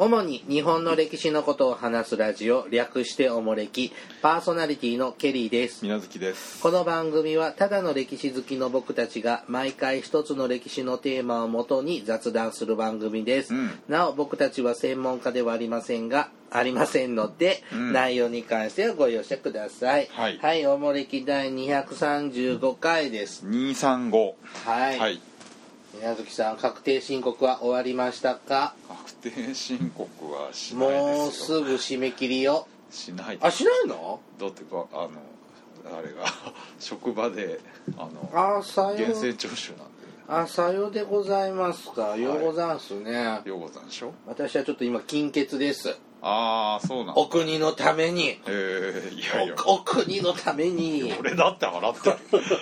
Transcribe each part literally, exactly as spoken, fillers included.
主に日本の歴史のことを話すラジオ、略しておもれき、パーソナリティのケリーです。 水無月です。 この番組はただの歴史好きの僕たちが毎回一つの歴史のテーマをもとに雑談する番組です、うん、なお僕たちは専門家ではありませんがありませんので、うん、内容に関してはご容赦ください。はい、はい、おもれきだいにひゃくさんじゅうごかいです。 にひゃくさんじゅうご。 はい、はい、水無月さん、確定申告は終わりましたか？ 確定申告はしないですよ。 もうすぐ締め切りよ。 しない。 あ、しないの？ だってか、あのあれが職場であのあ、さよ厳正聴取なんで。 あ、さようでございますか。はい、ようござんすね。 ようござんしょ。 私はちょっと今金欠です。 ああ、そうなんだ。 お国のために。 えー、いやいや。 お、お国のために。 俺だって払ってる。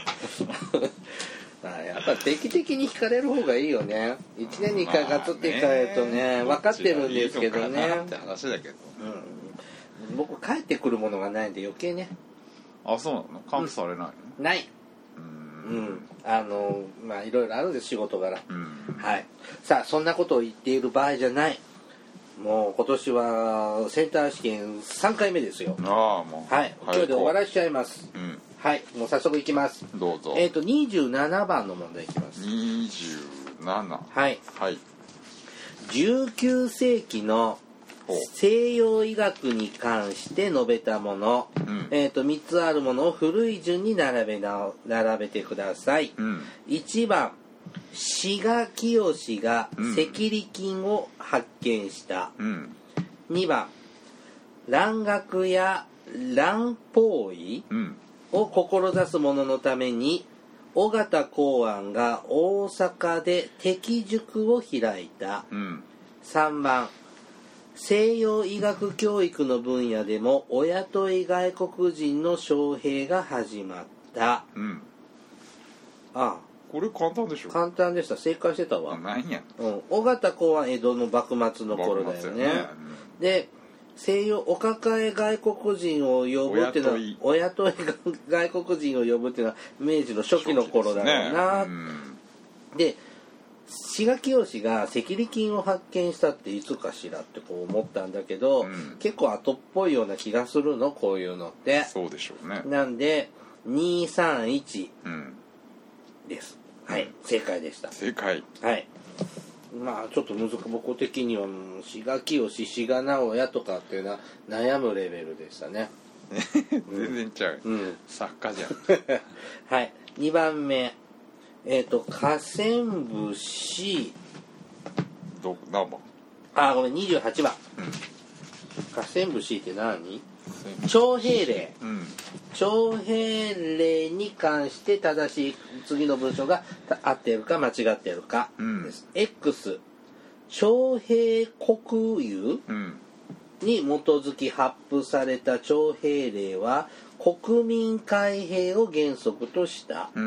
やっぱ定期的に引かれる方がいいよね。いちねんにいっかいガツって引かれるとね、分かってるんですけどね。 いいって話だけど、 うん、僕帰ってくるものがないんで余計ね。 あ、そうなの？還付されないの？ うん、ない。うん、あのまあいろいろあるんです、仕事柄、うん、はい。さあ、そんなことを言っている場合じゃない。もう今年はセンター試験さんかいめですよ。 ああ、もう、 はい、今日で終わらしちゃいます、うん、はい。もう早速いきます。 どうぞ。 えっとにじゅうななばんの問題いきます。 にじゅうなな。 はい、 はい、 じゅうきゅうせいきの西洋医学に関して述べたもの、うん、えー、とみっつあるものを古い順に並べな並べてください、うん、いちばん、志賀清が赤痢菌を発見した、うん、にばん、蘭学や蘭方医を志す者のために尾形公安が大阪で適塾を開いた、うん、さんばん、西洋医学教育の分野でもお雇い外国人の招聘が始まった、うん、ああ、 これ簡単でしょ。 簡単でした。正解してたわ。 何や、 うん、尾形公は江戸の幕末の頃だよね。よね、うん、で、西洋お抱え外国人を呼ぶっていうのはお雇い外国人を呼ぶっていうのは明治の初期の頃だろうな。で、ね、うん、で志賀清が赤痢菌を発見したっていつかしらってこう思ったんだけど、うん、結構後っぽいような気がするの、こういうのって。 そうでしょうね。 なんでにさんいちです、うん、はい、正解でした。 正解。 はい。まあちょっと難しい、僕的には志賀清、志賀直哉とかっていうのは悩むレベルでしたね。 全然ちゃう、うん、作家じゃん。 はい。にばんめ、えっ、ー、と河川節、 ど何番？ あ、ごめん、にじゅうはちばん、うん、河川節って何？徴兵令、うん、徴兵令に関して正しい次の文章が合っているか間違っているかです、うん、X、 徴兵国有、うん、に基づき発布された徴兵令は国民皆兵を原則とした、うん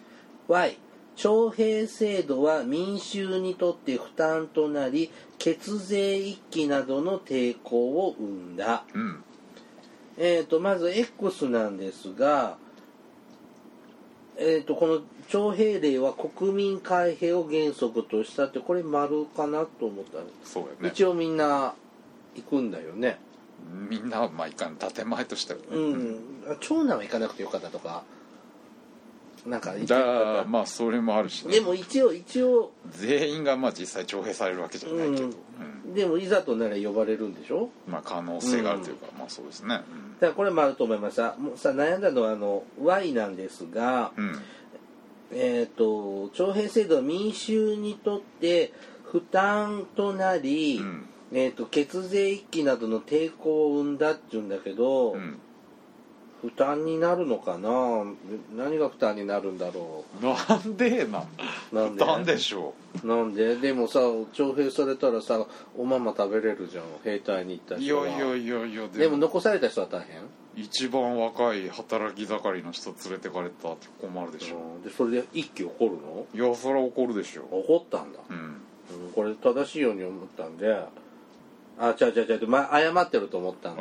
、Y、 徴兵制度は民衆にとって負担となり血税一揆などの抵抗を生んだ、うん、えー、とまず X なんですが、えー、とこの徴兵令は国民皆兵を原則としたって、これ丸かなと思ったら、 そうよね、 一応みんな行くんだよね。 みんなはまあ行かん、建前としてはね、 うん、長男は行かなくてよかったとかなんかだ、まあそれもあるし、ね、 でも一応一応全員がまあ実際徴兵されるわけじゃないけど、うんうん、でもいざとなら呼ばれるんでしょ。 まあ可能性があるというか、うん、まあそうですね、うん、 だからこれもあると思いました。もうさ、悩んだのはあの Y なんですが、うん、えっ、ー、と徴兵制度は民衆にとって負担となり、うん、えー、と血税一揆などの抵抗を生んだっていうんだけど、うん、負担になるのかな。何が負担になるんだろう。なんでな。なんで負担でしょう。なんででもさ、徴兵されたらさ、おまま食べれるじゃん、兵隊に行った人は。 いやいやいやいや、 でも、でも残された人は大変。 一番若い働き盛りの人連れてかれたって困るでしょ、 うん、でそれで一気起こるの。 いや、それは起こるでしょ。 起こったんだ、うんうん、これ正しいように思ったんで、あ、違う違う違う、ま、謝ってると思ったんで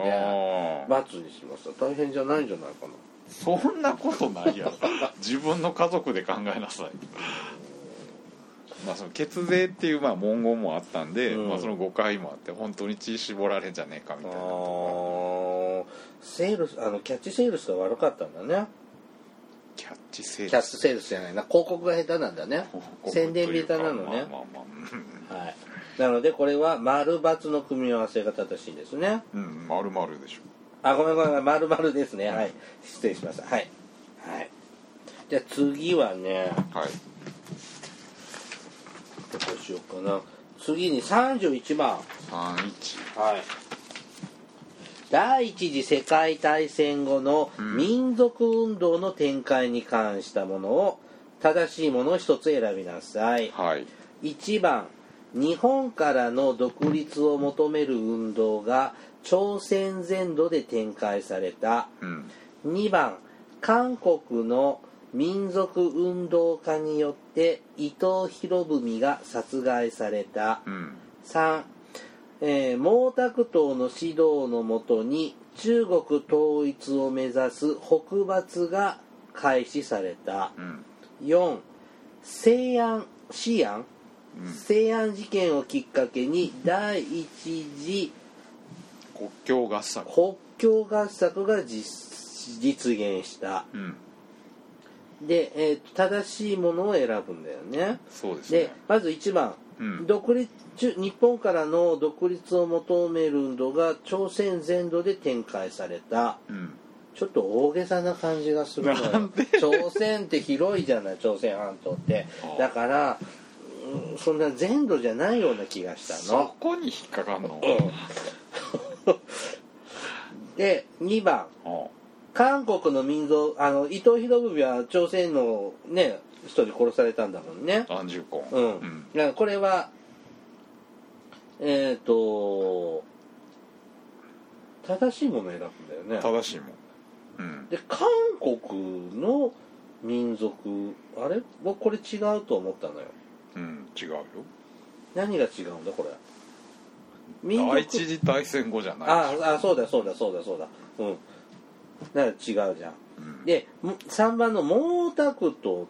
×にしました。大変じゃないんじゃないかな。 そんなことないやろ。自分の家族で考えなさい。 まあ、その血税っていうまあ文言もあったんで、 うんまあ、その誤解もあって本当に血絞られんじゃねえかみたいなとあセールスあのキャッチセールスが悪かったんだね。 キャッチセールスキャッチセールスじゃないな、広告が下手なんだね。宣伝下手なのね。 まあまあまあ、 はい。なのでこれは丸×の組み合わせが正しいですね。 うん丸々でしょ。 あ、ごめんごめん、丸々ですね。はい。失礼しました。はい。はい。じゃあ次はね、 はい。 どうしようかな。次にさんじゅういちばん。 さんいち。 はい。第一次世界大戦後の民族運動の展開に関したものを、正しいものを一つ選びなさい。 はい。 いちばん、日本からの独立を求める運動が朝鮮全土で展開された。 うん。 にばん、韓国の民族運動家によって伊藤博文が殺害された。 うん。 さん、えー、毛沢東の指導のもとに中国統一を目指す北伐が開始された。 うん。 よん、西安、西安、 うん、 西安事件をきっかけに第一次国境合作。 国境合作が実実現した。 うん。 で、えー、正しいものを選ぶんだよね。 そうですね。 で、まずいちばん、 うん、 独立日本からの独立を求める運動が朝鮮全土で展開された。 うん、 ちょっと大げさな感じがするのよ。朝鮮って広いじゃない、朝鮮半島って。だから、うん、そんな全土じゃないような気がしたの。 そこに引っかかんの。 で、にばん、韓国の民族、あの伊藤博文は朝鮮のね人に殺されたんだもんね。 何十個。 うん。うん、だからこれはえっ、ー、と正しいものを選ぶんだよね。 正しいもん。うん。 で韓国の民族あれ僕これ違うと思ったのよ。 うん、違うよ。 何が違うんだこれ。 民族第一次大戦後じゃないでしょ。 ああそうだそうだそうだそうだ。うん。だから違うじゃん。うん、でさんばんの毛沢東って、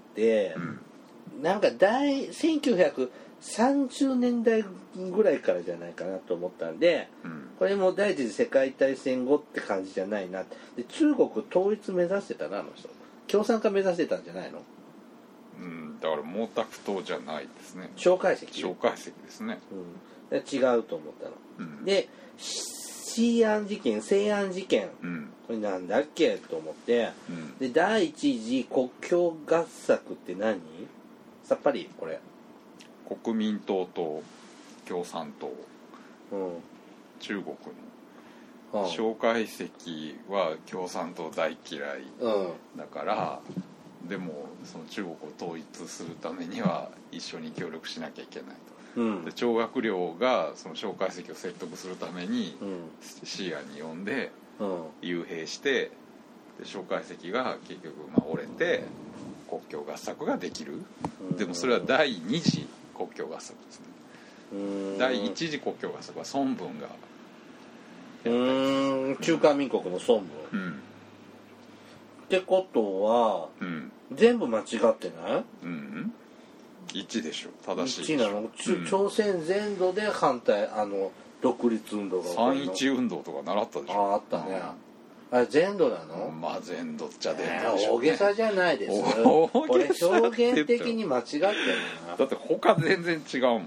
うん、なんか大せんきゅうひゃくさんじゅうねんだいぐらいからじゃないかなと思ったんで、うん、これも第一次世界大戦後って感じじゃないな。で中国統一目指してたなあの人。共産化目指してたんじゃないの？ うん、だから毛沢東じゃないですね。 蒋介石。 蒋介石ですね。 うん、で違うと思ったの。うん、で西安事件、西安事件、うん、これなんだっけと思って、うん、で第一次国境合作って何？さっぱりこれ。 国民党と共産党、うん、中国の、うん、蒋介石は共産党大嫌いだから、うん、でもその中国を統一するためには一緒に協力しなきゃいけないと。うん、で張学良がその蒋介石を説得するために、うん、西安に呼んで、うん、幽閉してで蒋介石が結局まあ折れて国境合作ができる、うん、でもそれは第二次国境合作ですね。うん第一次国境合作は孫文がうーん中華民国の孫文、うん、ってことは、うん、全部間違ってない？うんいちでしょ正しいいちなの、うん、朝鮮全土で反対あの独立運動が起こるの三一運動とか習ったでしょ。 ああったね、うん、あれ全土なの？ まあ全土じゃ全土でしょうね、大げさじゃないですこれ表現的に間違ってるな。 だって他全然違うもん、うん、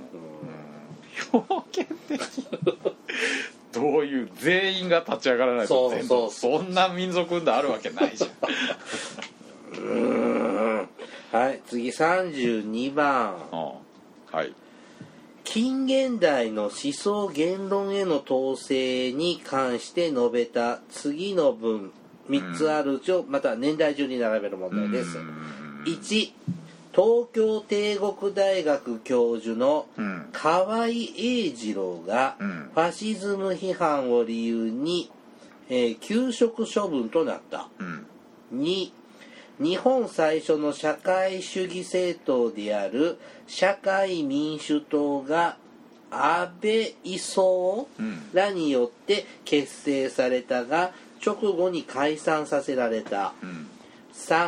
表現的どういう全員が立ち上がらないと全土そんな民族運動あるわけないじゃんうーんはい次さんじゅうにばん、 ああはい近現代の思想言論への統制に関して述べた次の文みっつあるうちをまた年代順に並べる問題です。いち東京帝国大学教授の河合英二郎がファシズム批判を理由に、えー、休職処分となった。に日本最初の社会主義政党である社会民主党が安倍伊宗らによって結成されたが直後に解散させられた。うん、さん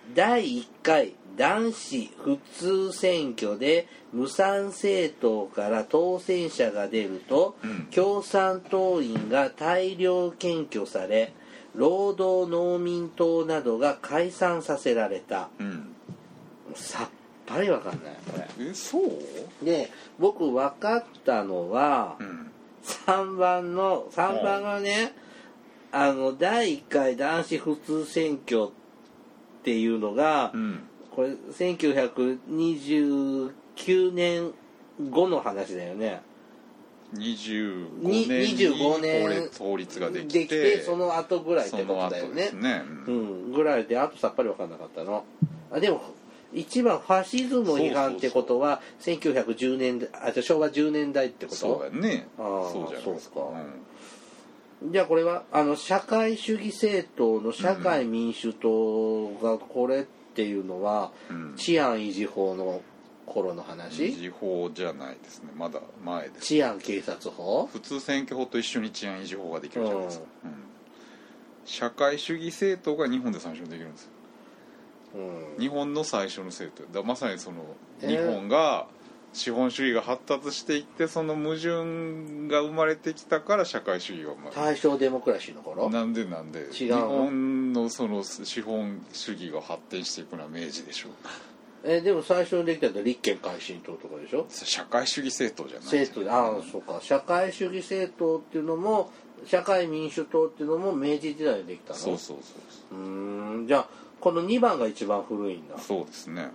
だいいっかい男子普通選挙で無産政党から当選者が出ると、うん、共産党員が大量検挙され労働農民党などが解散させられた、うん、さっぱりわかんないこれ。 えそうで僕分かったのは、うん、さんばんのさんばんがね、あのだいいっかい男子普通選挙っていうのが、うん、これせんきゅうひゃくにじゅうきゅうねんごの話だよね。 にじゅうごねんに法律ができて、 できてその後ぐらいってことだよね。 その後ですね、 うん、ぐらいであとさっぱり分かんなかったの。あでも一番ファシズム批判ってことはせんきゅうひゃくじゅうねんだいあじゃあしょうわじゅうねんだいってこと。 そうだね。 あそうじゃないですか。 うん、じゃあこれはあの社会主義政党の社会民主党がこれっていうのは、うん、治安維持法の頃の話？ 維持法じゃないですね。まだ前です。 治安警察法？ 普通選挙法と一緒に治安維持法ができるじゃないですか。うんうん、社会主義政党が日本で最初にできるんですよ。うん、日本の最初の政党だ。まさにその日本が資本主義が発達していってその矛盾が生まれてきたから社会主義が生まれた。 大正デモクラシーの頃？ なんでなんで日本のその資本主義が発展していくのは明治でしょう。 えでも最初にできたのは立憲改進党とかでしょ。 社会主義政党じゃない政党。ああそうか。社会主義政党っていうのも社会民主党っていうのも明治時代にできたの。 そうそうそうそう。 うーんじゃあこのにばんが一番古いんだ。 そうですね。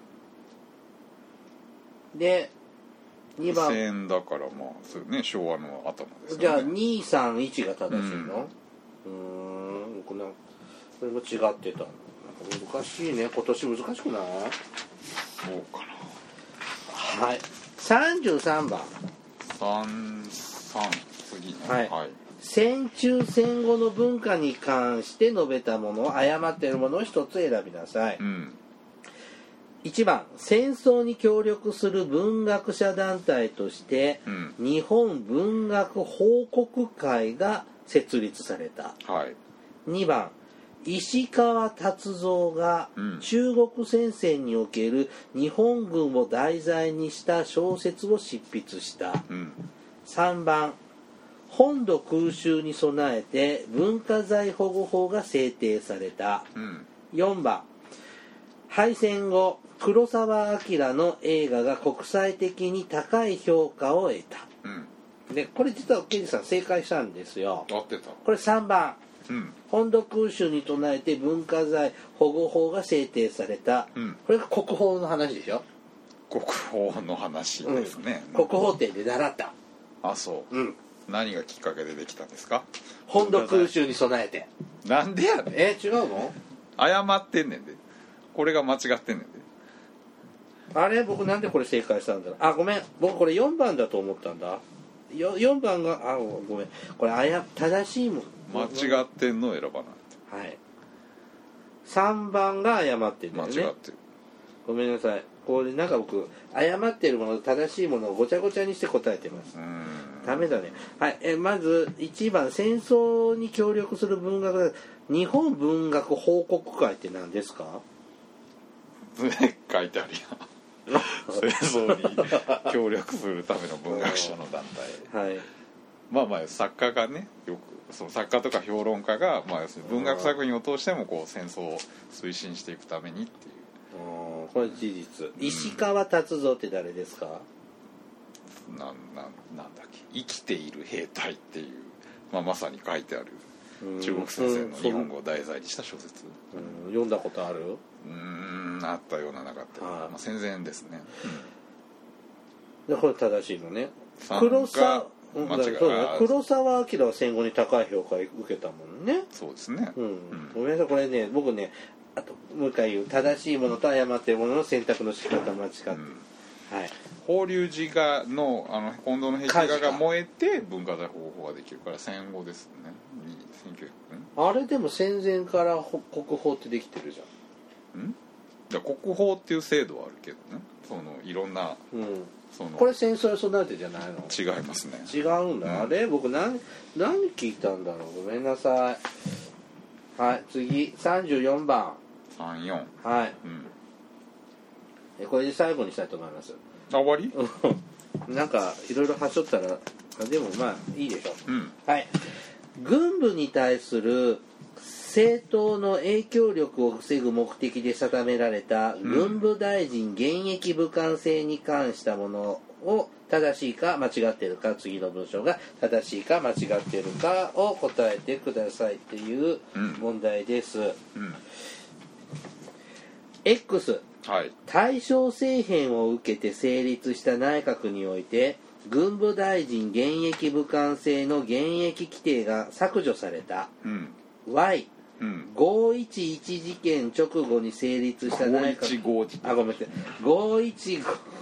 でにばん戦だからまあそうね昭和の頭ですよね。 じゃあにさんいちが正しいの？うーんこのそれも違ってた。難しいね。今年難しくない？そうかな。はい。さんじゅうさんばん。 三三次ね。 はい。はい、戦中戦後の文化に関して述べたものを誤っているものを一つ選びなさい。うん、いちばん戦争に協力する文学者団体として、うん、日本文学報告会が設立された。はい、にばん石川達三が中国戦線における日本軍を題材にした小説を執筆した。うん、さんばん本土空襲に備えて文化財保護法が制定された。うん、よんばん敗戦後黒澤明の映画が国際的に高い評価を得た。うん、でこれ実は刑事さん正解したんですよ。 合ってた。 これさんばんうん、本土空襲に備えて文化財保護法が制定された、うん、これが国宝の話でしょ。 国宝の話ですね、 うん、国宝展で習った。 あそう、うん、何がきっかけでできたんですか？ 本土空襲に備えて。 なんでやねん。 え違うの？ 謝ってんねんで。これが間違ってんねんで。 あれ僕なんでこれ正解したんだろう。あごめん僕これよんばんだと思ったんだ。 よ, よんばんがあごめんこれあや正しいもん間違ってんのを選ばないと。 はい。さんばんが誤ってるんだよね。 間違ってる。 ごめんなさい。これなんか僕誤ってるもの正しいものをごちゃごちゃにして答えてます。ダメだね。はい。えまずいちばん戦争に協力する文学日本文学報告会って何ですか？ 書いてあるよ。戦争に協力するための文学者の団体。はい。まあまあ作家がねよくその作家とか評論家が、まあ、要するに文学作品を通してもこう戦争を推進していくためにっていう。 これ事実。石川達三って誰ですか？ なんなんなんだっけ生きている兵隊っていう、まあ、まさに書いてある中国先生の日本語を題材にした小説。 うん、読んだことある？ うーんあったようななかったような、まあ、戦前ですね。 うん、でこれ正しいのね。黒沢間違いそうだね、黒澤明は戦後に高い評価を受けたもんね。 そうですね、 うんうん、ごめんなさいこれね僕ねあともう一回言う正しいものと誤っているものの選択の仕方間違って、うんはい、 法隆寺画のあの近藤の壁画が燃えて文化財保護法ができるから戦後ですね。せんきゅうひゃくあれでも戦前から国宝ってできてるじゃん。 んだ国宝っていう制度はあるけどねそのいろんな、うんそのこれ戦争に備えてじゃないの？ 違いますね。 違うんだ、うん、あれ僕何何聞いたんだろうごめんなさい。はい次さんじゅうよんばんさんよん。 はい、 うん、 これで最後にしたいと思います。 あ、終わりなんかいろいろはしょったらでもまあいいでしょう、 うん、 はい。軍部に対する政党の影響力を防ぐ目的で定められた軍部大臣現役武官制に関したものを正しいか間違っているか、次の文章が正しいか間違っているかを答えてくださいっていう問題です、うんうん、X、はい、大正政変を受けて成立した内閣において軍部大臣現役武官制の現役規定が削除された、うん、Y、うん、ごいちいち事件直後に成立した内閣あごめんなさいごいち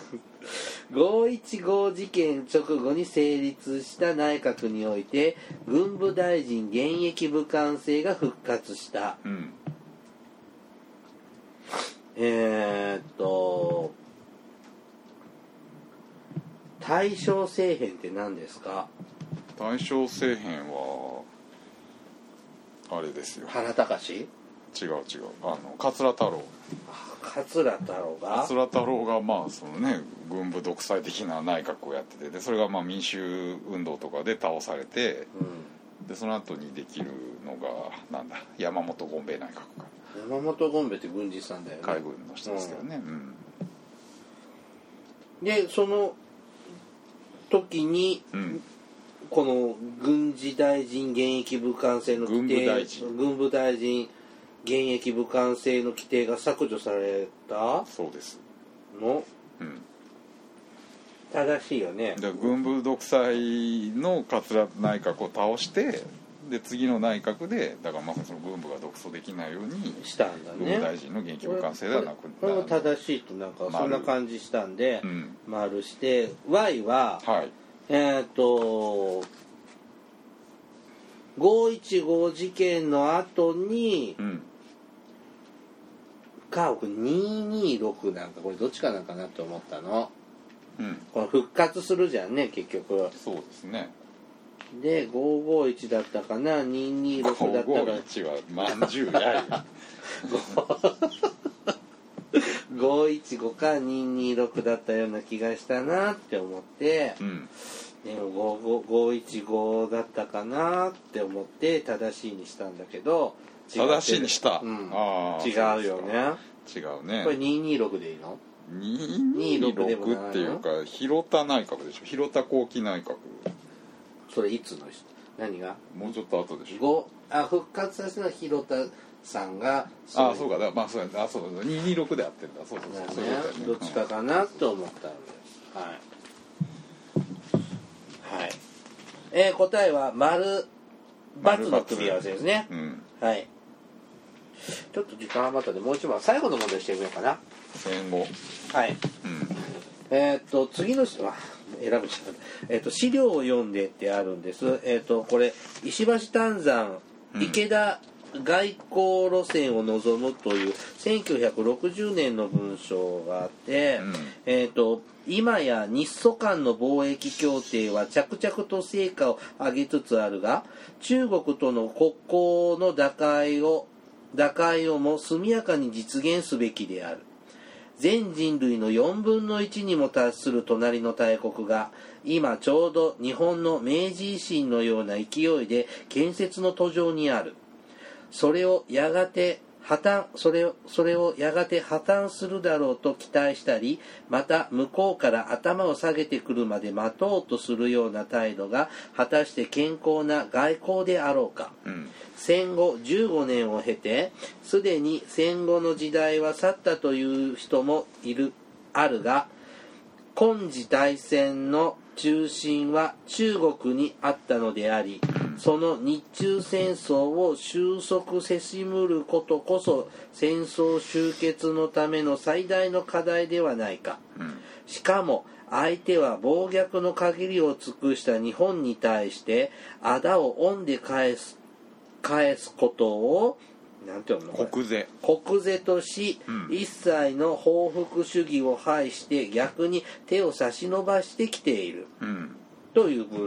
ご事件直後に成立した内閣において軍部大臣現役武官制が復活した、うん、えー、っと大正政変って何ですか？ 大正政変はあれですよ。 原敬？違う違う、あの桂太郎。 桂太郎が桂太郎がまあそのね軍部独裁的な内閣をやってて、でそれがまあ民衆運動とかで倒されて、うん、でその後にできるのがなんだ山本権兵衛内閣か。 山本権兵衛って軍事さんだよね。 海軍の人ですけどね、うんうん、でその時に、うん、この軍事大臣現役武官制の規定、軍部大臣軍部大臣現役武官制の規定が削除されたそうですの、うん、正しいよね。 で軍部独裁の桂内閣を倒してで次の内閣でだからまさにその軍部が独走できないようにしたんだね。 軍部大臣の現役武官制ではなくこれも正しいとなんかそんな感じしたんで、うん、丸して Y は、はい、えっとごいちご事件の後に、うん、か僕にひゃくにじゅうろくなんかこれどっちかなんかなと思ったの、うん、この復活するじゃんね結局。 そうですね。 でごひゃくごじゅういちだったかなにひゃくにじゅうろくだったかごひゃくごじゅういちはまんじゅうやいごひゃくじゅうごかにひゃくにじゅうろくだったような気がしたなって思って、うん、でもごひゃくじゅうごだったかなって思って正しいにしたんだけど正しいにした、 うん、あ違うよね。 違うね。 これにひゃくにじゅうろくでいいの？ にひゃくにじゅうろくっていうか広田内閣でしょ。広田後期内閣。 それいつの人？何が？ もうちょっと後でしょ。 ごあ復活させたのは広田さんがああそうかだまあそうやあそうだにひゃくにじゅうろくであってんだそうそうそうそう、ねね、どっちかかなと思ったんです、はいはい、えー、答えは丸×の組み合わせですね、うん、はいちょっと時間余ったんでもう一問最後の問題してみようかな。 戦後はい、うん、えー、っと次の人は選ぶしかない、えー、っと資料を読んでってあるんです。えー、っとこれ石橋丹山池田外交路線を望むというせんきゅうひゃくろくじゅうねんの文章があって、うん、えーと、今や日ソ間の貿易協定は着々と成果を上げつつあるが中国との国交の打開を打開をも速やかに実現すべきである。全人類のよんぶんのいちにも達する隣の大国が今ちょうど日本の明治維新のような勢いで建設の途上にある。それをやがて破綻それをそれをやがて破綻するだろうと期待したり、また向こうから頭を下げてくるまで待とうとするような態度が果たして健康な外交であろうか、うん、戦後じゅうごねんを経てすでに戦後の時代は去ったという人もいるあるが、今時大戦の中心は中国にあったのであり、その日中戦争を収束せしむることこそ戦争終結のための最大の課題ではないか、うん、しかも相手は暴虐の限りを尽くした日本に対して仇を恩で返す返すことをなんていうの国是国是とし、うん、一切の報復主義を排して逆に手を差し伸ばしてきている、うん、という文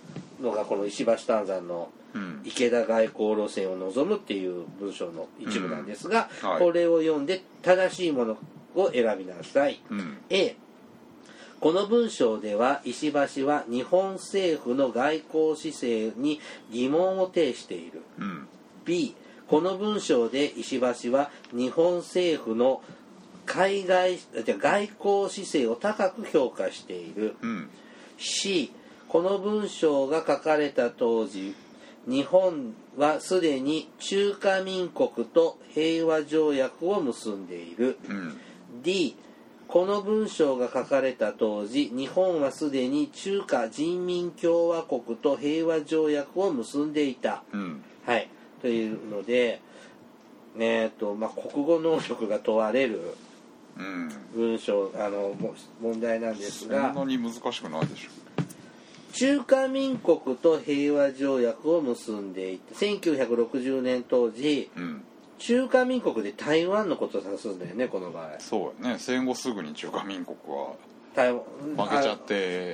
のがこの石橋丹山の池田外交路線を望むっていう文章の一部なんですが、うんはい、これを読んで正しいものを選びなさい。うん、A、この文章では石橋は日本政府の外交姿勢に疑問を呈している。うん、B、この文章で石橋は日本政府の海外外交姿勢を高く評価している。うん、C、この文章が書かれた当時、日本はすでに中華民国と平和条約を結んでいる。うん、D、この文章が書かれた当時、日本はすでに中華人民共和国と平和条約を結んでいた。うん、はい。というので、えっと、まあ、国語能力が問われる文章、あの、問題なんですが。 そんなに難しくないでしょ。 中華民国と平和条約を結んでいて、せんきゅうひゃくろくじゅうねん当時、うん、中華民国で台湾のことを指すんだよね、この場合。 そうやね、戦後すぐに中華民国は台湾負けちゃって、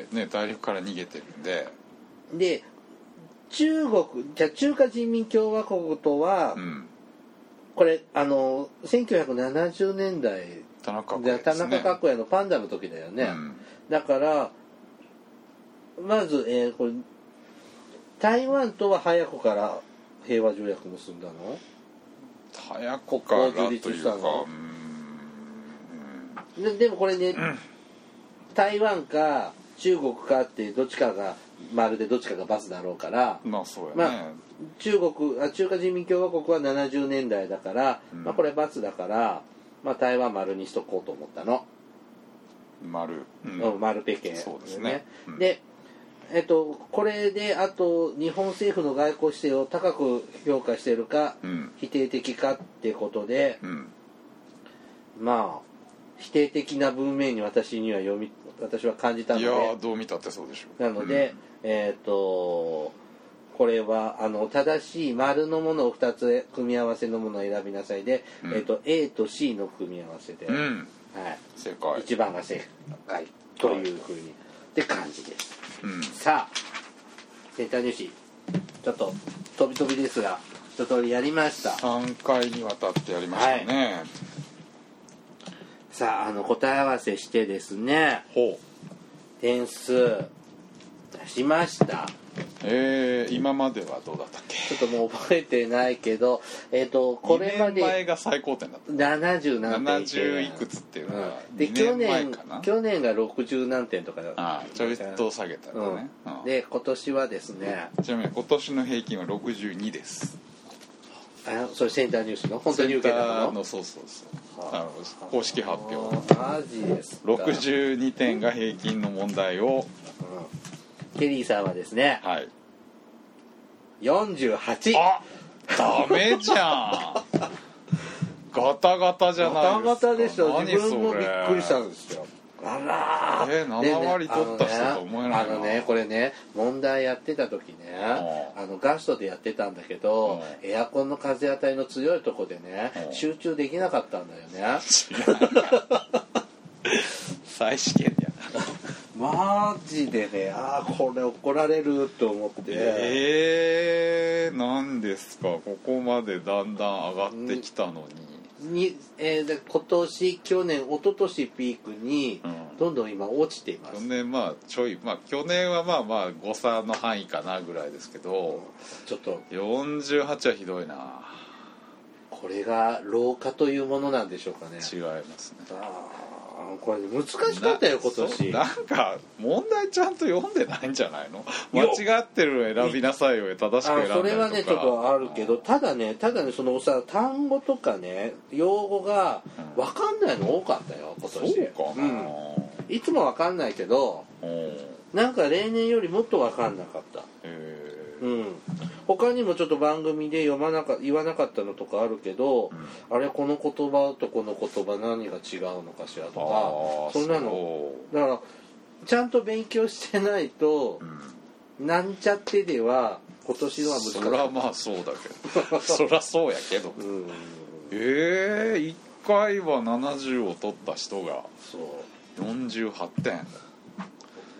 ね、大陸から逃げてるんで。 で、中国、じゃ中華人民共和国とは、うん、これ、あの、せんきゅうひゃくななじゅうねんだい、 田中角栄ですね、 田中角栄のパンダの時だよね。うん、だから、まず、えー、これ台湾とは早くから平和条約結んだの？ 早くからというか、 うん、で, でもこれね、うん、台湾か中国かってどっちかが丸でどっちかがバツだろうから、 まあそうやね、まあ、 中国あ中華人民共和国はななじゅうねんだいだから、うん、まあ、これバツだから、まあ、台湾丸にしとこうと思ったの。 丸、 うん、丸ペケ、 そうですね、うん、 でえっと、これであと日本政府の外交姿勢を高く評価しているか、うん、否定的かっていうことで、うん、まあ否定的な文面に私には読み私は感じたので、 いやどう見たってそうでしょう。 なので、うん、えっとこれはあの正しい丸のものをふたつ組み合わせのものを選びなさいで、うん、えっと A と C の組み合わせで、うん、はい、 正解いちばんが正解というふうに、はい、って感じです。うん、さあセンター入試ちょっと飛び飛びですが一通りやりました。 さんかいにわたってやりましたね、はい、 さああの答え合わせしてですね、 ほう点数出しました。 えー、今まではどうだったっけ？ ちょっともう覚えてないけど、えっ、ー、とこれまでにねんまえが最高点だった。 ななじゅう何点。 ななじゅういくつっていうのは、うん、で去年去年がろくじゅう何点とかだった。 ああ、ちょいと下げたんだね、 うんうん。で今年はですね。 ちなみに今年の平均はろくじゅうにです。 あ、それセンターニュースの本当に受けたの？ そうそうそう。あの公式発表。 マジですか。 ろくじゅうにてんが平均の問題を、 うん、ケリーさんはですね。 はい。 よんじゅうはち。 あ、ダメじゃん。ガタガタじゃないですか。 ガタガタでしょ。自分もびっくりしたんですよ。あらー。 えー、なな割取った人と思えないな。 あのね、これね、問題やってた時ね、あのガストでやってたんだけど、エアコンの風当たりの強いとこでね、集中できなかったんだよね。 再試験やな。 マジでね、あーこれ怒られると思って。 えー、なんですか、ここまでだんだん上がってきたのに。 にえー、で今年去年一昨年ピークに、うん、どんどん今落ちています。 去年まあちょい、まあ去年はまあまあ誤差の範囲かなぐらいですけど、うん、 ちょっとよんじゅうはちはひどいな。 これが老化というものなんでしょうかね。 違いますね。 あこれ難しかったよ今年。 な, なんか問題ちゃんと読んでないんじゃないの？間違ってる選びなさいよ、正しく選んだりとか。 それはねちょっとあるけど、ただねただねそのさ単語とかね用語が分かんないの多かったよ今年。 そうかな、うん、 いつも分かんないけど、なんか例年よりもっと分かんなかった。へー、うん、他にもちょっと番組で読まなか言わなかったのとかあるけど、うん、あれこの言葉とこの言葉何が違うのかしらとか、そんなのだからちゃんと勉強してないと、うん、なんちゃってでは今年のは難しい。 そりゃまあそうだけどそりゃそうやけど、うん、えー、いっかいはななじゅうを取った人がよんじゅうはちてん。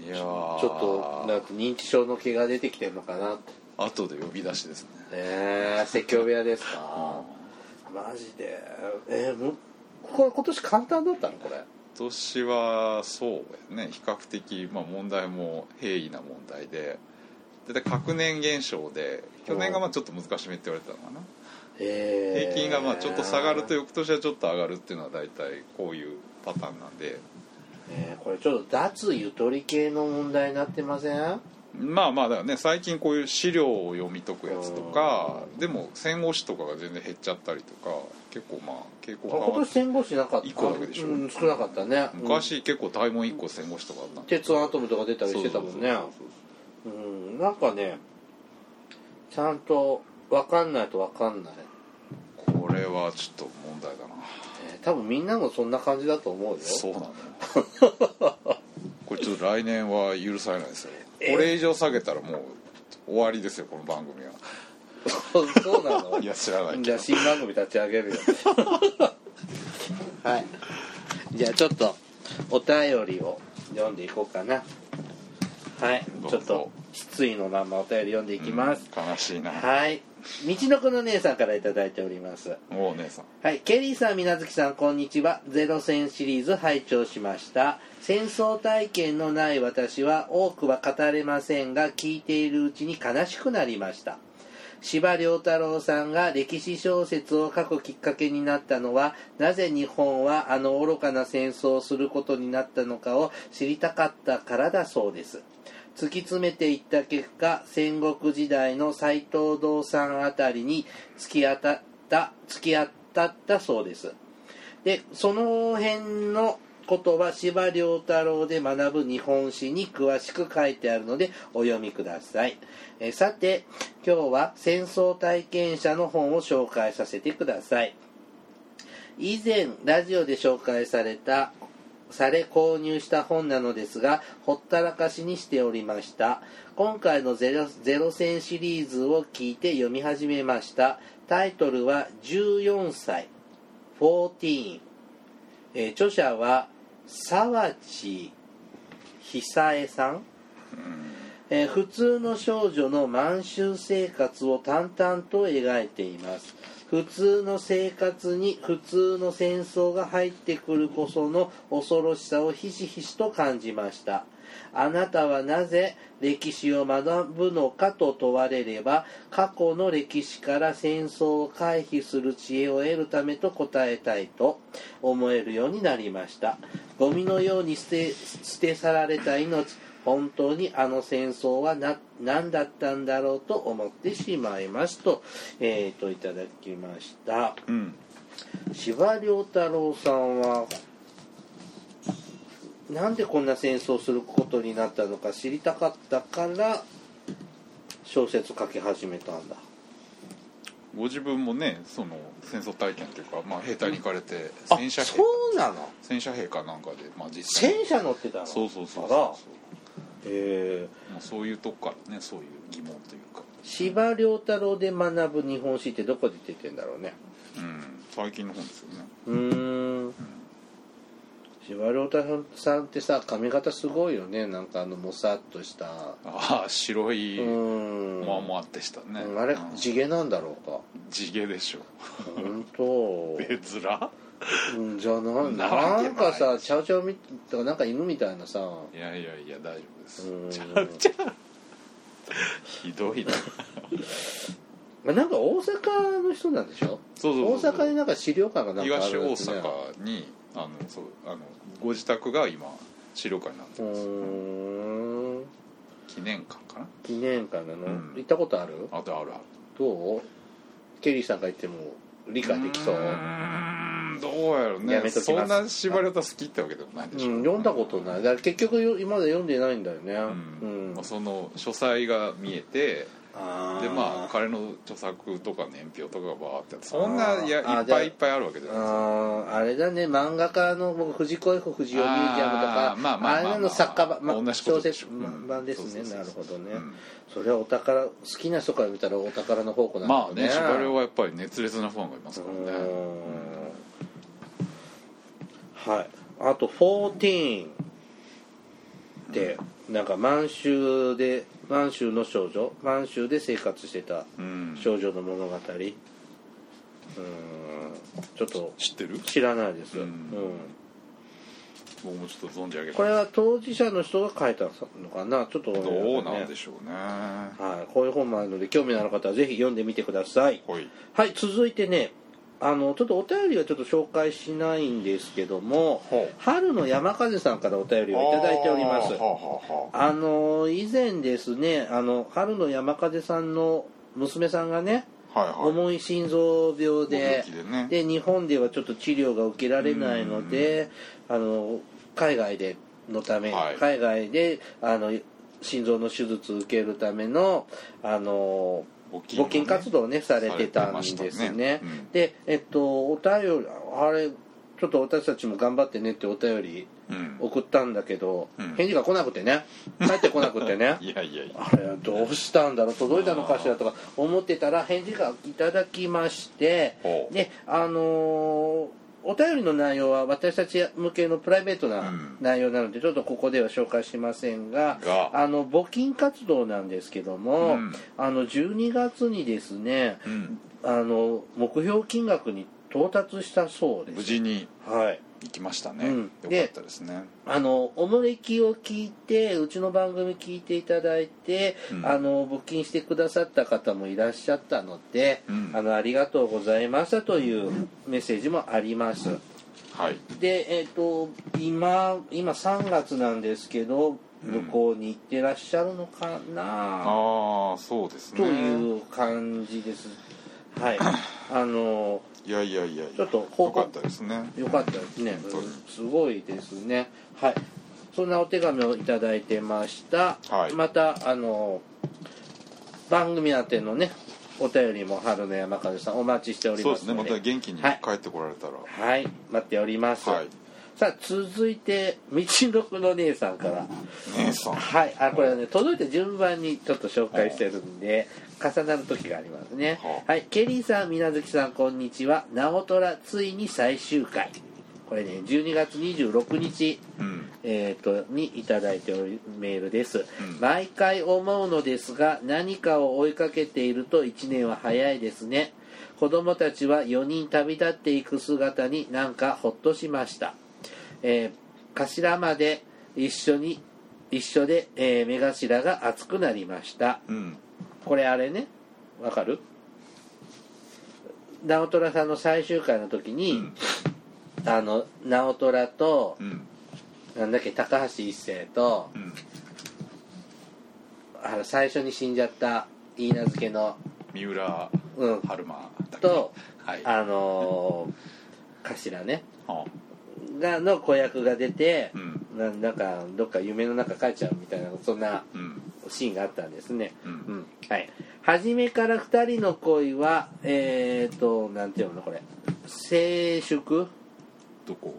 いやちょっとなんか認知症の毛が出てきてるのかなって。 後で呼び出しですね。 えー、説教部屋ですか。マジで。えー、もこれ今年簡単だったのこれ。 今年はそうね、比較的、まあ、問題も平易な問題で、で確年現象で去年がまあちょっと難しめって言われてたのかな。 えー、 平均がまあちょっと下がると翌年はちょっと上がるっていうのは大体こういうパターンなんで、 えー、これちょっと脱ゆとり系の問題になってません？ まあまあだからね、最近こういう資料を読み解くやつとかでも戦後史とかが全然減っちゃったりとか、結構まあ傾向変わって。 今年戦後史なかった。 いっこだけでしょ、 うん、少なかったね。 昔結構大問いっこ戦後史とかあったんで、 鉄腕アトムとか出たりしてたもんね。うん、なんかねちゃんと分かんないと分かんない。 これはちょっと問題だな、 えー、多分みんなもそんな感じだと思うよ。 そうなのこれちょっと来年は許されないですよ。これ以上下げたらもう終わりですよこの番組は。 そうなの？ いや知らないけど。 じゃあ新番組立ち上げるよはい、じゃあちょっとお便りを読んでいこうかな。はい、ちょっと失意のままお便り読んでいきます、 うん、悲しいな。 はい、道のくの姉さんからいただいております。 お姉さん。 はい、ケリーさん、みなずきさん、こんにちは。ゼロ戦シリーズ拝聴しました。戦争体験のない私は多くは語れませんが、聞いているうちに悲しくなりました。司馬遼太郎さんが歴史小説を書くきっかけになったのは、なぜ日本はあの愚かな戦争をすることになったのかを知りたかったからだそうです。突き詰めていった結果、戦国時代の斎藤道三あたりに突き当たった突き当たったそうです。で、その辺のことは司馬遼太郎で学ぶ日本史に詳しく書いてあるのでお読みください。えさて、今日は戦争体験者の本を紹介させてください。以前ラジオで紹介されたされ購入した本なのですが、ほったらかしにしておりました。今回のゼロ、ゼロ戦シリーズを聞いて読み始めました。タイトルはじゅうよんさい、じゅうよん、えー、著者は沢地久恵さん、えー、普通の少女の満州生活を淡々と描いています。普通の生活に普通の戦争が入ってくるこその恐ろしさをひしひしと感じました。あなたはなぜ歴史を学ぶのかと問われれば、過去の歴史から戦争を回避する知恵を得るためと答えたいと思えるようになりました。ゴミのように捨て、捨て去られた命、本当にあの戦争はな何だったんだろうと思ってしまいますと、えー、といただきました。うん、司馬遼太郎さんはなんでこんな戦争をすることになったのか知りたかったから小説書き始めたんだ。 ご自分もね、その戦争体験というか、まあ、兵隊に行かれて戦車兵、そうなの？ 戦車兵かなんかで、まあ、実際戦車乗ってたの？ そうそうそうそう。 へー、まあ、そういうとこからね、そういう疑問というか。 司馬遼太郎で学ぶ日本史ってどこで出てんだろうね。 うん、最近の本ですよね。 うーん、うん、司馬遼太郎さんってさ、髪型すごいよね。なんかあのもさっとした、 ああ、白いまあまあってしたね、 うん、あれ地毛なんだろうか。 地毛でしょ。 本当。 ベズラうん、じゃあ な, なんかさ、チャウチャウみとかなんか犬みたいなさ。 いやいやいや大丈夫です。チャウチャウひどいな。 まあなんか大阪の人なんでしょ。 そうそうそうそう、 大阪になんか資料館がなんかあるんですね。 東大阪にあのそうあのご自宅が今資料館になってます。うーん、記念館かな。 記念館なの、うん、行ったことある？ あとあるある。 どう？ケリーさんが言っても理解できそう？うーん、どうやろうね。やめときます。そんな司馬遼太好きってわけでもないでしょう、 うん、読んだことない。だから結局今まで読んでないんだよね。 うんうん、その書斎が見えて、あでまあ彼の著作とか年表とかがバーってそんないやいっぱいいっぱいあるわけじゃないですか。 あ, あれだね、漫画家の僕藤子 F 不二雄ミュージアムとか あ,、まあまあまあまあ、あれの作家版、まあ、小説版ですね。なるほどね、うん、それはお宝好きな人から見たらお宝の宝庫なんだね。 まあね、司馬遼はやっぱり熱烈なファンがいますからね。 うん、はい。あとじゅうよんってなんか満州で満州の少女満州で生活してた少女の物語、うん、ちょっと知ってる？ 知らないです、うん、うん、 僕もちょっと存じ上げてこれは当事者の人が書いたのかな、ちょっと、ね、 どうなんでしょうね、 はい、こういう本もあるので興味のある方はぜひ読んでみてください。 はい、 はい、続いてね、あのちょっとお便りはちょっと紹介しないんですけども、春の山風さんからお便りをいただいております。あの以前ですね、あの春の山風さんの娘さんがね、はいはい、重い心臓病 で, で, ね、で日本ではちょっと治療が受けられないので、あの海外でのため、はい、海外であの心臓の手術を受けるためのあの募金活動をねされてたんですね。ね、うん、でえっとお便りあれちょっと私たちも頑張ってねってお便り送ったんだけど、うん、返事が来なくてね、帰ってこなくてねいやいやいや、 あれどうしたんだろう、届いたのかしらとか思ってたら返事がいただきまして、であのーお便りの内容は私たち向けのプライベートな内容なのでちょっとここでは紹介しませんが、あの募金活動なんですけども、うん、あのじゅうにがつにですね、うん、あの目標金額に到達したそうです。 無事に行きましたね、うん、よかったですね。 あのおもれきを聞いてうちの番組聞いていただいて、うん、あの募金してくださった方もいらっしゃったので、うん、あのありがとうございましたというメッセージもあります。はい、で、えーと、今今さんがつなんですけど向こうに行ってらっしゃるのかな、うん、 あそうですねという感じです。はい、あのいやいやいやいや、 ちょっと報告よかったですね。 よかったですね。すごいですね。はい。そんなお手紙をいただいてました。はい、またあの番組宛てのねお便りも春の山風さんお待ちしておりますので。 そうですね。また元気に帰ってこられたら。 はい、はい、待っております。はい、さあ続いて道のくの姉さんから。 姉さん。 はい。あこれはね届いて順番にちょっと紹介してるんで。重なる時がありますね。はい、ケリーさん、みなずきさん、こんにちは。ナオトラついに最終回。これね、じゅうにがつにじゅうろくにち、うん、えっとにいただいておるメールです、うん。毎回思うのですが、何かを追いかけているといちねんは早いですね。子供たちはよにん旅立っていく姿になんかほっとしました。えー、頭まで一緒に一緒で、えー、目頭が熱くなりました。うん、これあれね、わかる？直虎さんの最終回の時に、うん、あの直虎と、うん、なんだっけ高橋一生と、うん、あの最初に死んじゃった許嫁の三浦春馬だっけ、 と、はい、あのー、頭ね、はあ、がの子役が出て、うん、な, なんかどっか夢の中帰っちゃうみたいなそんなシーンがあったんですね。うんうん、はい。初めからふたりの恋はえっ、ー、となんていうのこれ静粛どこ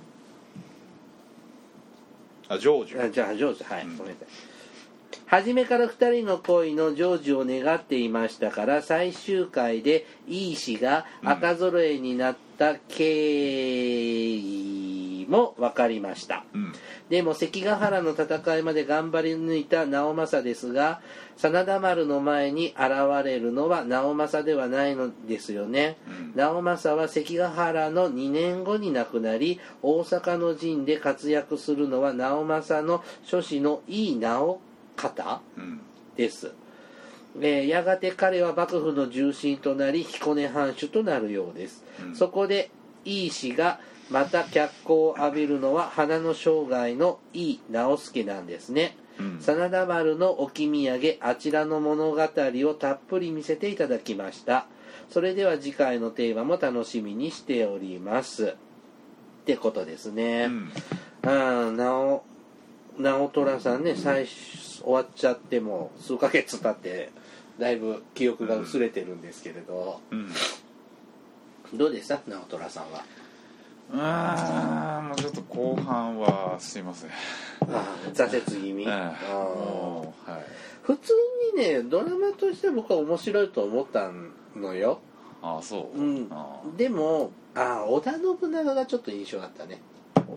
あ成就あじゃあ成就はい、うん、ごめんなさい。初めからふたりの恋の成就を願っていましたから最終回でいい氏が赤揃えになった経緯も分かりました、うん、でも関ヶ原の戦いまで頑張り抜いた直政ですが真田丸の前に現れるのは直政ではないのですよね、うん、直政は関ヶ原のにねんごに亡くなり大阪の陣で活躍するのは直政の諸子の井伊直方、うん、です、えー、やがて彼は幕府の重臣となり彦根藩主となるようです、うん、そこで井伊氏がまた脚光を浴びるのは花の生涯の井伊直弼なんですね、うん、真田丸の置き土産あちらの物語をたっぷり見せていただきました。それでは次回のテーマも楽しみにしておりますってことですね、うん、あなお直虎さんね最初終わっちゃっても数ヶ月経ってだいぶ記憶が薄れてるんですけれど、うんうん、どうでした直虎さんは。 あーもうちょっと後半はすいませんあ挫折気味、あはい、普通にねドラマとして僕は面白いと思ったのよ。 ああそう、 うん、あでもあ織田信長がちょっと印象だったね。 あ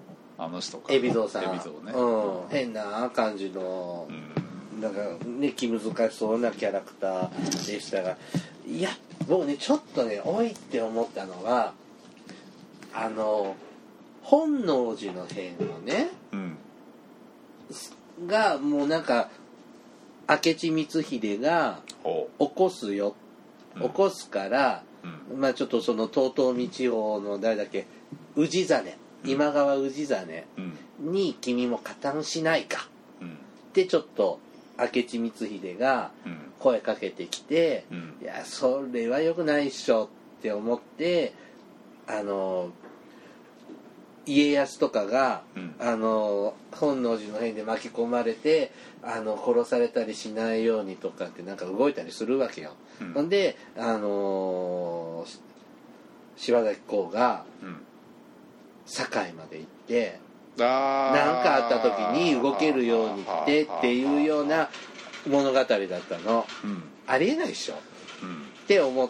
あの人か海老蔵さん、 海老蔵ね、 うん、変な感じの、うん、なんかね気難しそうなキャラクターでしたが、いや僕ねちょっとねおいって思ったのはあの本能寺の変のね、うん、がもうなんか明智光秀が起こすよ、うん、起こすから、うん、まあちょっとその遠江道夫の誰だっけ氏真、今川氏真に君も加担しないか、うん、ってちょっと明智光秀が声かけてきて、うん、いやそれは良くないっしょって思ってあの家康とかが、うん、あの本能寺の変で巻き込まれてあの殺されたりしないようにとかってなんか動いたりするわけよ。ほ、うんであのー、柴咲コウが堺まで行って何かあった時に動けるようにってっていうような物語だったの、うん、ありえないでしょ、うん、って思って、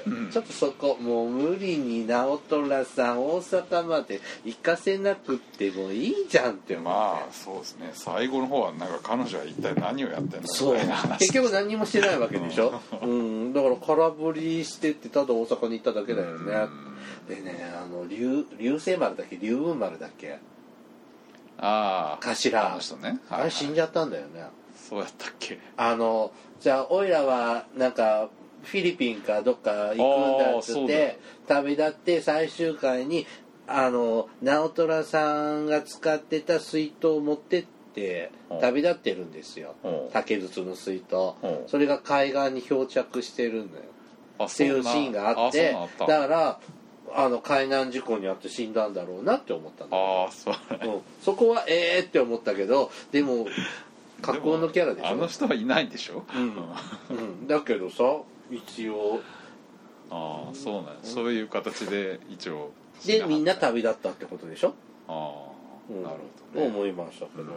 うん、ちょっとそこもう無理に直虎さん大阪まで行かせなくってもいいじゃんって思って。 まあそうですね、最後の方はなんか彼女は一体何をやってんだそう結局何もしてないわけでしょ、うん、だから空振りしてってただ大阪に行っただけだよね、うん、でねあの流星丸だっけ龍雲丸だっけああ頭あの人ね、はいはい、 あれ死んじゃったんだよね。 そうやったっけ。あのじゃあおいらはなんかフィリピンかどっか行くんだっつって旅立って最終回にあの直虎さんが使ってた水筒を持ってって旅立ってるんですよ、竹筒の水筒。それが海岸に漂着してるんだよっていうシーンがあってだからあの海難事故にあって死んだんだろうなって思ったんだあそう、 うん、そこはええー、って思ったけどでも架空のキャラでしょ。 あの人はいないでしょ、 うんうん、だけどさ一応ああそうなん、うん、そういう形で一応でみんな旅立ったってことでしょ。 ああ、うん、なるほどね思いましたけど、うん、うん、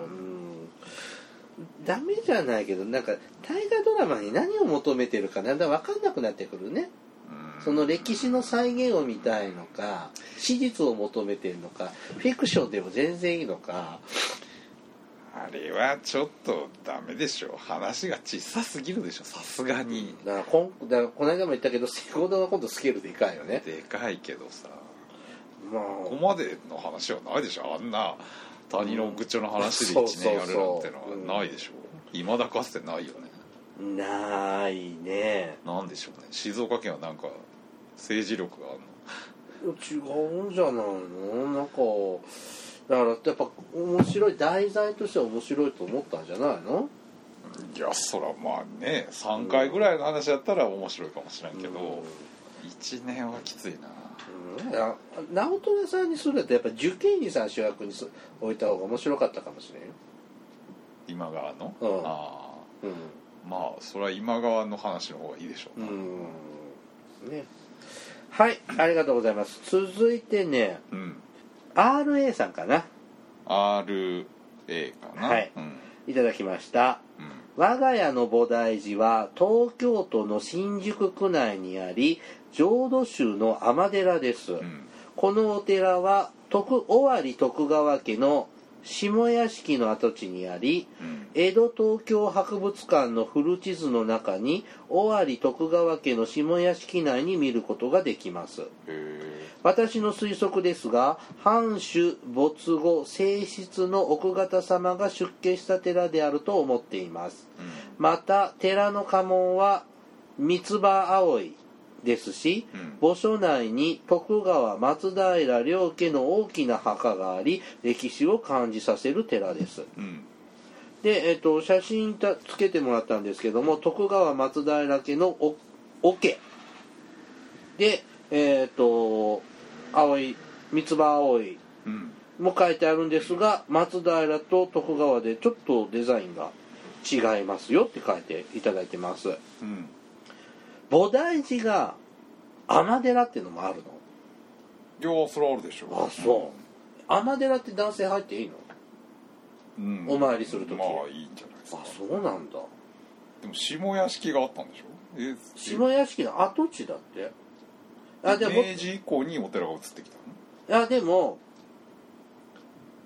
ダメじゃないけどなんか大河ドラマに何を求めてるかなんだ分かんなくなってくるね。その歴史の再現を見たいのか史実を求めてるのかフィクションでも全然いいのか。 あれはちょっとダメでしょ、話が小さすぎるでしょさすがに。 だからこんだからこの間も言ったけどセコンドの今度スケールでかいよね。 でかいけどさ、 まあ、 ここまでの話はないでしょ。あんな谷の愚痴の話でいちねんやるなんてのはないでしょ。いまだかつてないよね。 ないね。 なんでしょうね、静岡県はなんか政治力があるの。 違うんじゃないの。なんかだからやっぱ面白い題材としては面白いと思ったんじゃないの。 いやそらまあねさんかいぐらいの話やったら面白いかもしれんけど、うん、いちねんはきついな。 うん、いや直虎さんにするとやっぱ受験にさん主役に置いた方が面白かったかもしれんよ今川の、 うん、 ああ、うん、まあそれは今川の話の方がいいでしょう、 うんね、はいありがとうございます。続いてね、うん、アールエー さんかな。 アールエー かな、 はい、うん、いただきました、うん、我が家の菩提寺は東京都の新宿区内にあり浄土宗の尼寺です、うん、このお寺は徳尾張徳川家の下屋敷の跡地にあり、うん、江戸東京博物館の古地図の中に尾張徳川家の下屋敷内に見ることができます。私の推測ですが藩主没後正室の奥方様が出家した寺であると思っています、うん、また寺の家紋は三つ葉葵ですし、うん、墓所内に徳川松平両家の大きな墓があり歴史を感じさせる寺です、うん、で、えっと、写真たつけてもらったんですけども徳川松平家の桶でえっと葵三つ葉葵も書いてあるんですが、うん、松平と徳川でちょっとデザインが違いますよって書いていただいてます、うん、菩提寺が尼寺っていうのもあるの。いやそれあるでしょ。 あそう尼寺って男性入っていいの、うん、お参りするとき。 まあいいんじゃないですか。 あそうなんだ。 でも下屋敷があったんでしょ。え下屋敷の跡地だって。 あでも明治以降にお寺が移ってきたの。 いやでも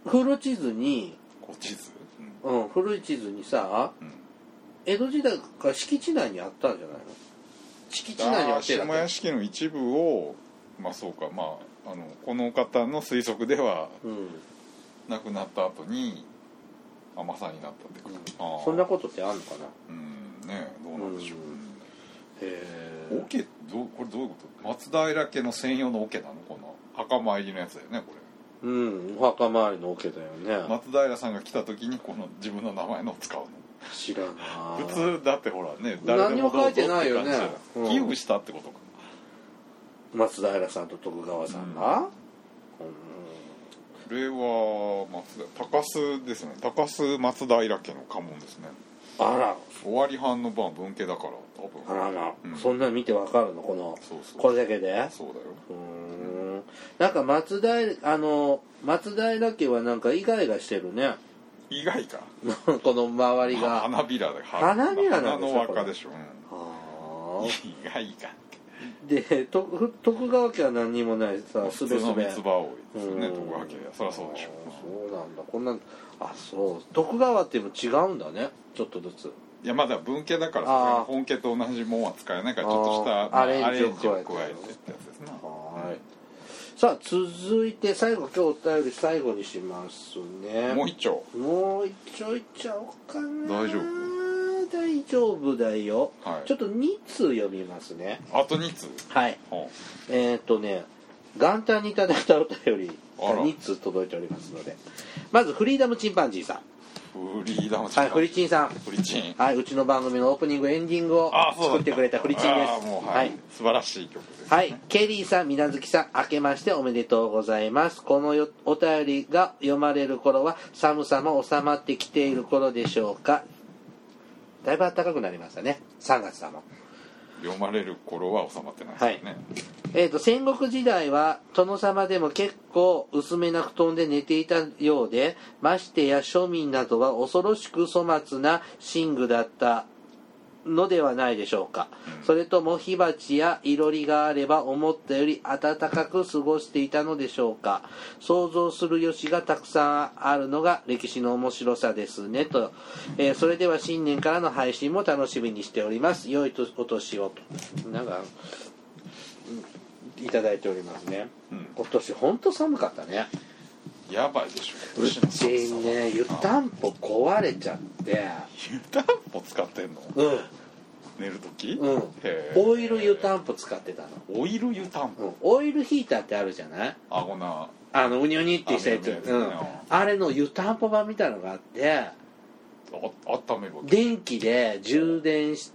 古地図に古地図、 うん、うん、古い地図にさ、うん、江戸時代から敷地内にあったんじゃないの？敷地内にあって下屋敷の一部をまあそうか、まああのこの方の推測では、うん、亡くなった後に尼さんになったってこと、 うん、そんなことってあるのかな。 うんね、どうなんでしょう、うん、 へえ桶どうこれどういうこと？松平家の専用の桶なの？この墓参りのやつだよねこれ。うん、お墓参りの桶だよね。 松平さんが来た時にこの自分の名前のを使うの？ 知らない。 普通だってほらね、誰でもどうぞって感じで何も書いてないよね、うん、 寄付したってことか。 松平さんと徳川さんが、うんうん、 これは松高須ですね。高須松平家の家紋ですね。 あら、 尾張藩の番分家だから多分。 あらら、うん、そんなの見てわかるのこのそうそうこれだけで。 そうだよ。 うーん、なんか松平あの松平家はなんかイガイガしてるね。 意外かこの周りが花びらで花びらなんでしょ。花の輪っかでしょ、うん、 はあ意外かで徳川家は何にもないさ、 すべすべの三つ葉多いですよね、徳川家は。そりゃそうでしょ。 そうなんだ。こんな、あ、そう徳川っていうの違うんだね、ちょっとずつ。 いやまだ文家だから本家と同じもんは使えないからちょっとした、まあ、アレンジを加えてってやつですね。 はい、さあ続いて最後、今日お便り最後にしますね。 もう一丁もう一丁いっちゃおうかな。 大丈夫大丈夫だよ、はい、ちょっとに通読みますね。 あとに通。 はい、はあ、えー、っとね元旦にいただいたお便りがに通届いておりますので、まずフリーダムチンパンジーさん。 フリーダムチンパンジー、 はい、フリチンさん。 フリチン、 はい、うちの番組のオープニングエンディングを作ってくれたフリチンです。 もう、はいはい、素晴らしい曲です、ね、 はい、ケリーさん、みなずきさん、明けましておめでとうございます。このよお便りが読まれる頃は寒さも収まってきている頃でしょうか。だいぶ暖かくなりましたね、さんがつだもん。 読まれる頃は収まってないですよね。はい、 えーと、戦国時代は殿様でも結構薄めな布団で寝ていたようで、ましてや庶民などは恐ろしく粗末な寝具だったのではないでしょうか。うん、それとも火鉢やいろりがあれば思ったより暖かく過ごしていたのでしょうか。想像する余地がたくさんあるのが歴史の面白さですねと、えー、それでは新年からの配信も楽しみにしております。良いお年をとなんかいただいておりますね。うん、今年本当寒かったね。 やばいでしょ。 うちね、湯たんぽ壊れちゃって。 湯たんぽ使ってんの？ うん。 寝るとき？ うん。オイル湯たんぽ使ってたの。 オイル湯たんぽ？うん。 オイルヒーターってあるじゃない？ あ、こんな。 あの、うにゅうにってしたやつ。うん。あれの湯たんぽ版みたいなのがあって、あ、 温める。 電気で充電して、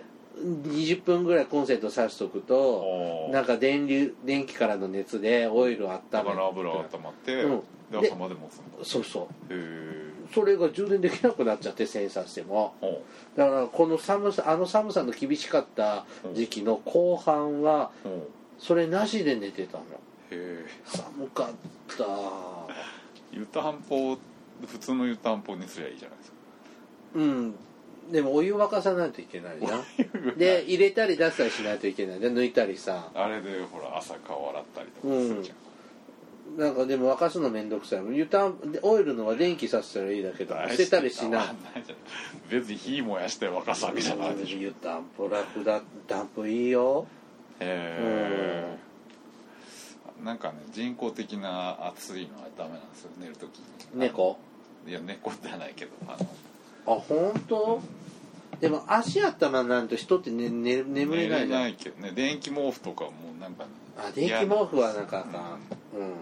にじゅっぷんぐらいコンセント挿しとくとなんか電流電気からの熱でオイルを温めて、 だから油温まって、うん、で朝まで持つんだ。 そうそう。へえ。それが充電できなくなっちゃって、センサーしても。だからこの寒さ、あの寒さの厳しかった時期の後半はそれなしで寝てたの。へえ。寒かった。 湯たんぽ普通の湯たんぽにすりゃいいじゃないですか。うん。 でもお湯沸かさないといけないじゃん。で入れたり出したりしないといけないで、抜いたりさ、 あれでほら朝顔洗ったりとかするじゃん、うん、なんかでも沸かすのめんどくさい。湯たんオイルのは電気させたらいいだけど捨てたりしない。 別に火燃やして沸かすわけじゃないでしょ。 湯たんぽ楽だ。たんぽいいよ。 へえ、うん、なんかね人工的な熱いのはダメなんですよ、寝るときに。 猫？ いや猫じゃないけど、あのあ、本当？でも足温まらないと人って、ねね、眠れないじゃん。 寝れないけどね。電気毛布とかもなんか、ね、 あ、電気毛布はなんかか、うん、うん、はい。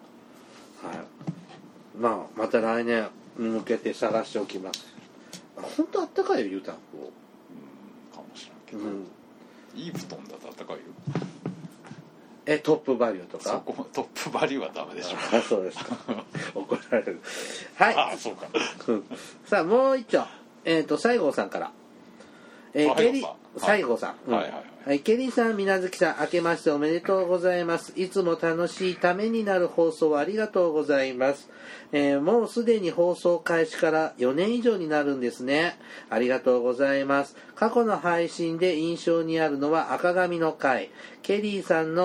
まあまた来年に向けて探しておきます。本当あったかいよ湯たんぽ。うん、 かもしれんけど、うん、いい布団だとあったかいよ。 え、トップバリューとか？ そこトップバリューはダメでしょ。 あ、そうですか。怒られる。はい。 あ、そうか。 さあもう一丁、えっ、ー、と西郷さんから。えー、ケリ西郷さん、はい、はいはいはい、ケリーさん、みなずきさん、明けましておめでとうございます。いつも楽しいためになる放送ありがとうございます。えー、もうすでに放送開始からよねん以上になるんですね。ありがとうございます。過去の配信で印象にあるのは赤髪の回。ケリーさんの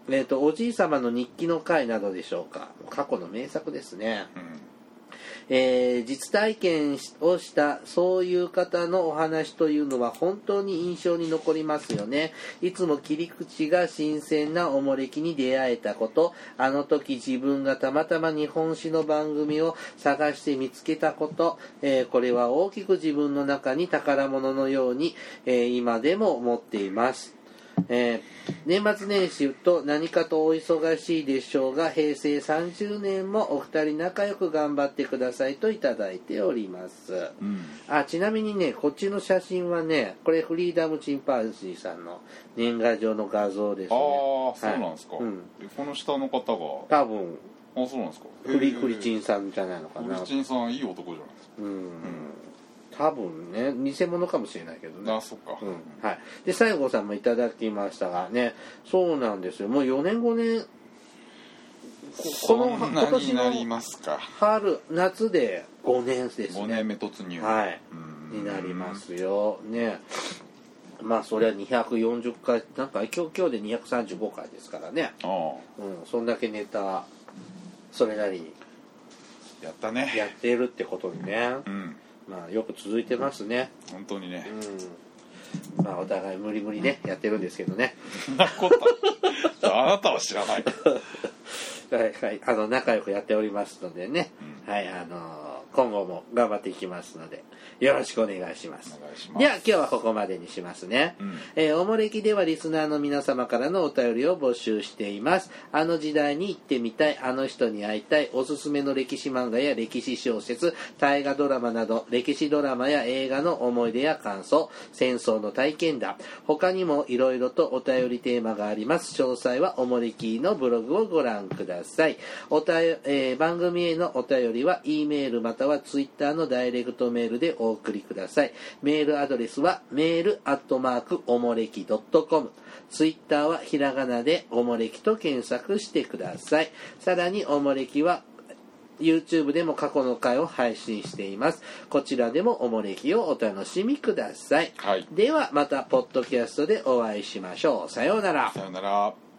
えーと、おじいさまの日記の回などでしょうか。過去の名作ですね。うん、えー、実体験をしたそういう方のお話というのは本当に印象に残りますよね。いつも切り口が新鮮なおもれきに出会えたこと、あの時自分がたまたま日本史の番組を探して見つけたこと、えー、これは大きく自分の中に宝物のように、えー、今でも思っています。えー、年末年始と何かとお忙しいでしょうが、平成さんじゅうねんもお二人仲良く頑張ってくださいといただいております、うん、あちなみにね、こっちの写真はね、これフリーダムチンパンジーさんの年賀状の画像ですね。 ああ、そうなんですか、はい、うん、この下の方が多分あ、そうなんですか、 フリフリチンさんじゃないのかな。 フリチンさんいい男じゃないですか。うん、うん多分ね、偽物かもしれないけどね。 あ、そっか。 うん、はい。で、西郷さんもいただきましたがね、そうなんですよ。もうよねんごねん、 この今年の春、夏でごねんですね。 ごねんめ突入。 はい。になりますよ。ね。まあ、それはにひゃくよんじゅっかい、なんか今日、今日でにひゃくさんじゅうごかいですからね。ああ。うん、そんだけネタ、それなりに。 やったね。 やってるってことにね。うん。まあよく続いてますね。 本当にね。 うん。まあお互い無理無理ねやってるんですけどね。 そんなことあなたは知らない。 はいはい、あの仲良くやっておりますのでね。うん、はい、あの今後も頑張っていきますのでよろしくお願いします。 お願いします。 では今日はここまでにしますね。うん、えー、おもれきではリスナーの皆様からのお便りを募集しています。あの時代に行ってみたい、あの人に会いたい、おすすめの歴史漫画や歴史小説、大河ドラマなど歴史ドラマや映画の思い出や感想、戦争の体験談、他にもいろいろとお便りテーマがあります。詳細はおもれきのブログをご覧ください。おたよ、えー、番組へのお便りは E メールまたは Twitter のダイレクトメールでお送りください。メールアドレスはメールアットマークおもれき .com、 ツイッターはひらがなでおもれきと検索してください。さらにおもれきは YouTube でも過去の回を配信しています。こちらでもおもれきをお楽しみください、はい、ではまたポッドキャストでお会いしましょう。さようなら。 さようなら。